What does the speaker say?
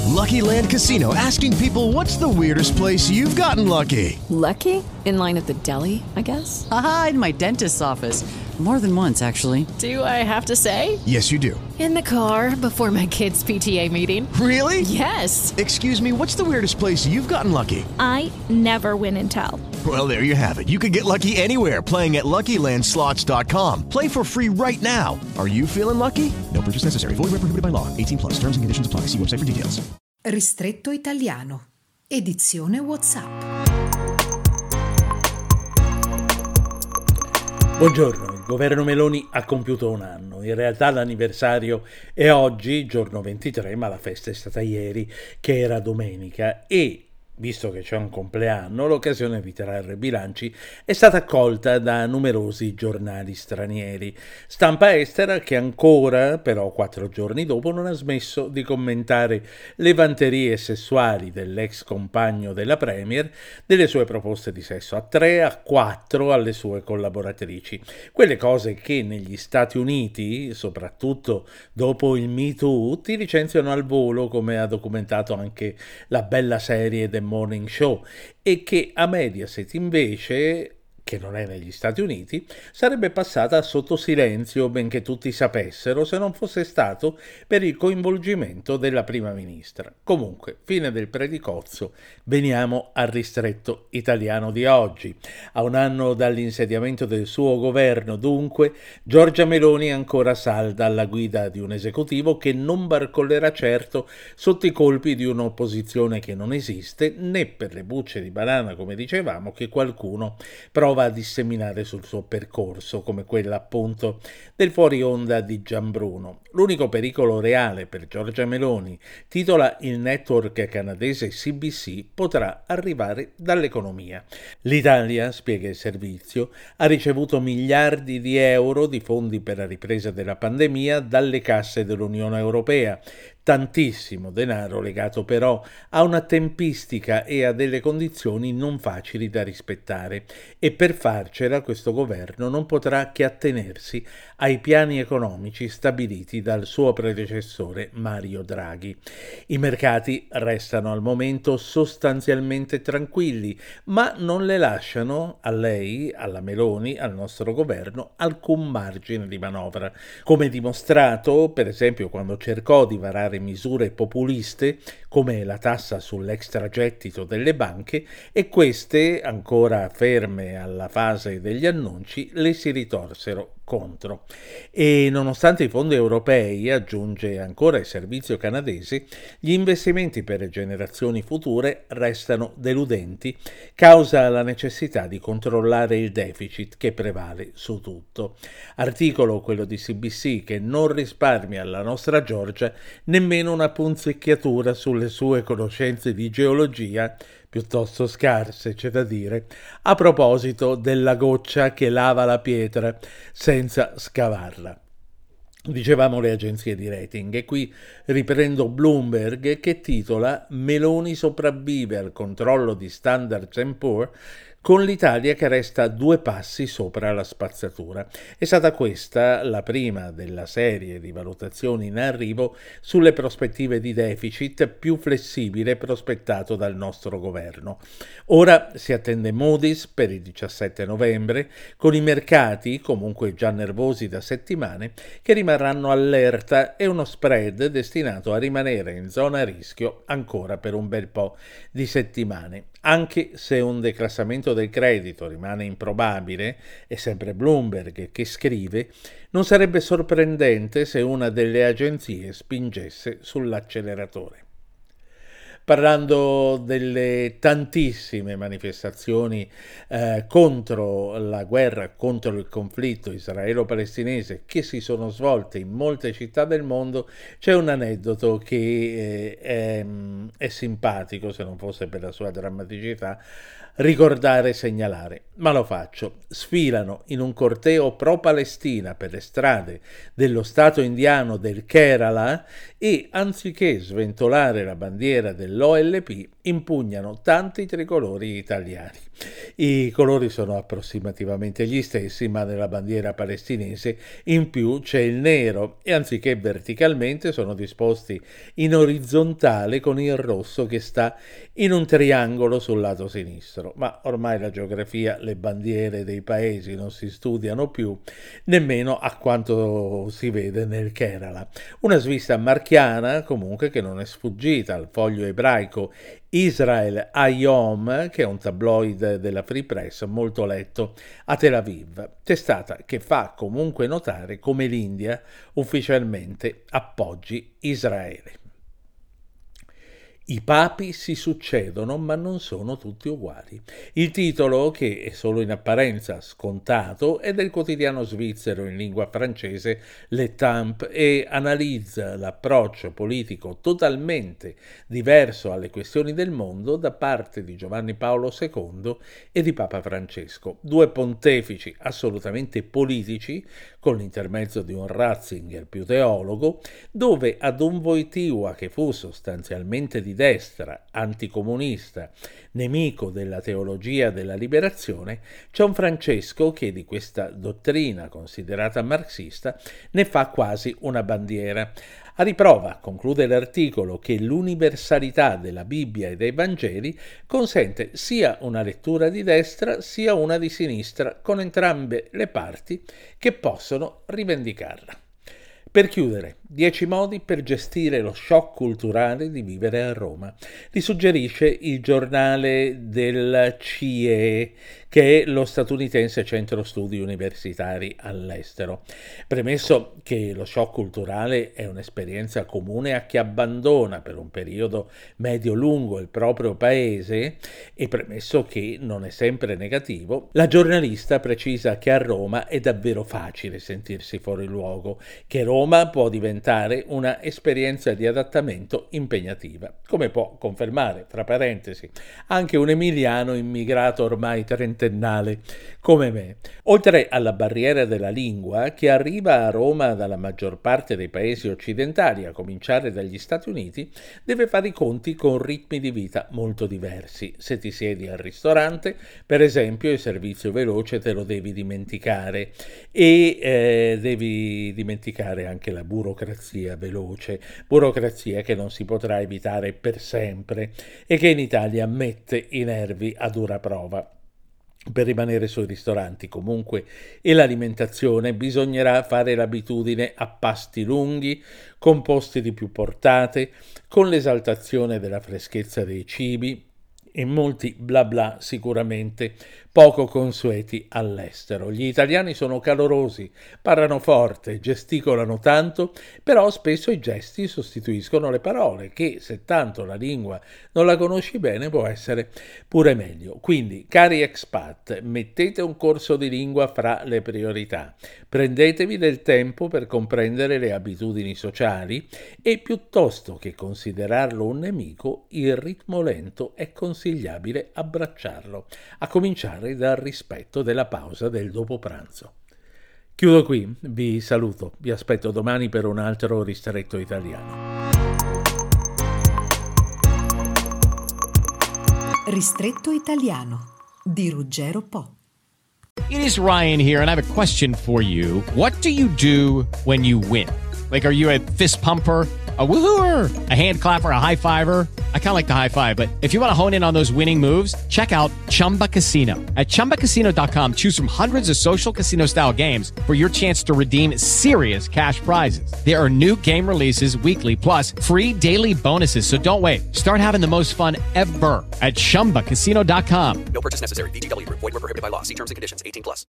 Lucky Land Casino, asking people, what's the weirdest place you've gotten lucky? Lucky? In line at the deli, I guess? Aha, in my dentist's office. More than once, actually. Do I have to say? Yes, you do. In the car before my kids' PTA meeting. Really? Yes. Excuse me, what's the weirdest place you've gotten lucky? I never win and tell. Well, there you have it. You can get lucky anywhere, playing at LuckyLandSlots.com. Play for free right now. Are you feeling lucky? No purchase necessary. Void where prohibited by law. 18+. Terms and conditions apply. See website for details. Ristretto Italiano. Edizione WhatsApp. Buongiorno, il governo Meloni ha compiuto un anno. In realtà l'anniversario è oggi, giorno 23, ma la festa è stata ieri, che era domenica, e visto che c'è un compleanno, l'occasione di trarre bilanci è stata accolta da numerosi giornali stranieri. Stampa estera che ancora, però 4 giorni dopo, non ha smesso di commentare le vanterie sessuali dell'ex compagno della Premier, delle sue proposte di sesso a 3, a 4 alle sue collaboratrici. Quelle cose che negli Stati Uniti, soprattutto dopo il Me Too, ti licenziano al volo, come ha documentato anche la bella serie The Morning Show, e che a Mediaset invece, che non è negli Stati Uniti, sarebbe passata sotto silenzio, benché tutti sapessero, se non fosse stato per il coinvolgimento della prima ministra. Comunque, fine del predicozzo, veniamo al ristretto italiano di oggi. A un anno dall'insediamento del suo governo, dunque, Giorgia Meloni è ancora salda alla guida di un esecutivo che non barcollerà certo sotto i colpi di un'opposizione che non esiste, né per le bucce di banana, come dicevamo, che qualcuno prova a disseminare sul suo percorso, come quella appunto del fuori onda di Gianbruno. L'unico pericolo reale per Giorgia Meloni, titola il network canadese CBC, potrà arrivare dall'economia. L'Italia, spiega il servizio, ha ricevuto miliardi di euro di fondi per la ripresa della pandemia dalle casse dell'Unione Europea. Tantissimo denaro legato però a una tempistica e a delle condizioni non facili da rispettare, e per farcela questo governo non potrà che attenersi ai piani economici stabiliti dal suo predecessore Mario Draghi. I mercati restano al momento sostanzialmente tranquilli, ma non le lasciano a lei, alla Meloni, al nostro governo, alcun margine di manovra, come dimostrato per esempio quando cercò di varare misure populiste come la tassa sull'extragettito delle banche, e queste, ancora ferme alla fase degli annunci, le si ritorsero contro. E nonostante i fondi europei, aggiunge ancora il servizio canadese, gli investimenti per le generazioni future restano deludenti causa la necessità di controllare il deficit che prevale su tutto. Articolo, quello di CBC, che non risparmia alla nostra Giorgia nemmeno una punzecchiatura sulle sue conoscenze di geologia, piuttosto scarse, c'è da dire, a proposito della goccia che lava la pietra senza scavarla. Dicevamo le agenzie di rating, e qui riprendo Bloomberg che titola «Meloni sopravvive al controllo di Standard & Poor's con l'Italia che resta a 2 passi sopra la spazzatura». È stata questa la prima della serie di valutazioni in arrivo sulle prospettive di deficit più flessibile prospettato dal nostro governo. Ora si attende Moody's per il 17 novembre, con i mercati, comunque già nervosi da settimane, che rimarranno allerta, e uno spread destinato a rimanere in zona rischio ancora per un bel po' di settimane. Anche se un declassamento del credito rimane improbabile, è sempre Bloomberg che scrive, non sarebbe sorprendente se una delle agenzie spingesse sull'acceleratore. Parlando delle tantissime manifestazioni contro la guerra, contro il conflitto israelo-palestinese che si sono svolte in molte città del mondo, c'è un aneddoto che è simpatico, se non fosse per la sua drammaticità. ricordare e segnalare, ma lo faccio. Sfilano in un corteo pro-Palestina per le strade dello stato indiano del Kerala e, anziché sventolare la bandiera dell'OLP, impugnano tanti tricolori italiani. I colori sono approssimativamente gli stessi, ma nella bandiera palestinese in più c'è il nero e anziché verticalmente sono disposti in orizzontale con il rosso che sta in un triangolo sul lato sinistro. Ma ormai la geografia, le bandiere dei paesi non si studiano più, nemmeno a quanto si vede nel Kerala. Una svista marchiana comunque che non è sfuggita al foglio ebraico Israel Hayom, che è un tabloid della Free Press molto letto a Tel Aviv, testata che fa comunque notare come l'India ufficialmente appoggi Israele. I papi si succedono, ma non sono tutti uguali. Il titolo, che è solo in apparenza scontato, è del quotidiano svizzero in lingua francese Le Temps e analizza l'approccio politico totalmente diverso alle questioni del mondo da parte di Giovanni Paolo II e di Papa Francesco, due pontefici assolutamente politici, con l'intermezzo di un Ratzinger più teologo, dove ad un Wojtyła, che fu sostanzialmente di destra, anticomunista, nemico della teologia della liberazione, c'è un Francesco che di questa dottrina considerata marxista ne fa quasi una bandiera. A riprova, conclude l'articolo, che l'universalità della Bibbia e dei Vangeli consente sia una lettura di destra sia una di sinistra, con entrambe le parti che possono rivendicarla. Per chiudere, 10 modi per gestire lo shock culturale di vivere a Roma. Li suggerisce il giornale del CIE, che è lo statunitense Centro Studi Universitari all'estero. Premesso che lo shock culturale è un'esperienza comune a chi abbandona per un periodo medio-lungo il proprio paese, e premesso che non è sempre negativo, la giornalista precisa che a Roma è davvero facile sentirsi fuori luogo, che Roma può diventare una esperienza di adattamento impegnativa, come può confermare, fra parentesi, anche un emiliano immigrato ormai trentennale come me. Oltre alla barriera della lingua, chi arriva a Roma dalla maggior parte dei paesi occidentali, a cominciare dagli Stati Uniti, deve fare i conti con ritmi di vita molto diversi. Se ti siedi al ristorante, per esempio, il servizio veloce te lo devi dimenticare e devi dimenticare anche la burocrazia veloce, burocrazia che non si potrà evitare per sempre e che in Italia mette i nervi a dura prova. Per rimanere sui ristoranti comunque e l'alimentazione bisognerà fare l'abitudine a pasti lunghi, con posti di più portate, con l'esaltazione della freschezza dei cibi e molti bla bla sicuramente poco consueti all'estero. Gli italiani sono calorosi, parlano forte, gesticolano tanto, però spesso i gesti sostituiscono le parole, che se tanto la lingua non la conosci bene può essere pure meglio. Quindi, cari expat, mettete un corso di lingua fra le priorità, prendetevi del tempo per comprendere le abitudini sociali e piuttosto che considerarlo un nemico, il ritmo lento è consigliabile abbracciarlo, a cominciare dal rispetto della pausa del dopo pranzo. Chiudo qui, vi saluto, vi aspetto domani per un altro Ristretto Italiano. Ristretto Italiano di Ruggero Po. It is Ryan here, and I have a question for you. What do you do when you win? Like, are you a fist pumper, a woohooer, a hand clapper, a high fiver? I kind of like the high five, but if you want to hone in on those winning moves, check out Chumba Casino. At ChumbaCasino.com, choose from hundreds of social casino style games for your chance to redeem serious cash prizes. There are new game releases weekly, plus free daily bonuses. So don't wait. Start having the most fun ever at ChumbaCasino.com. No purchase necessary. VGW Group. Void where prohibited by law. See terms and conditions. 18+.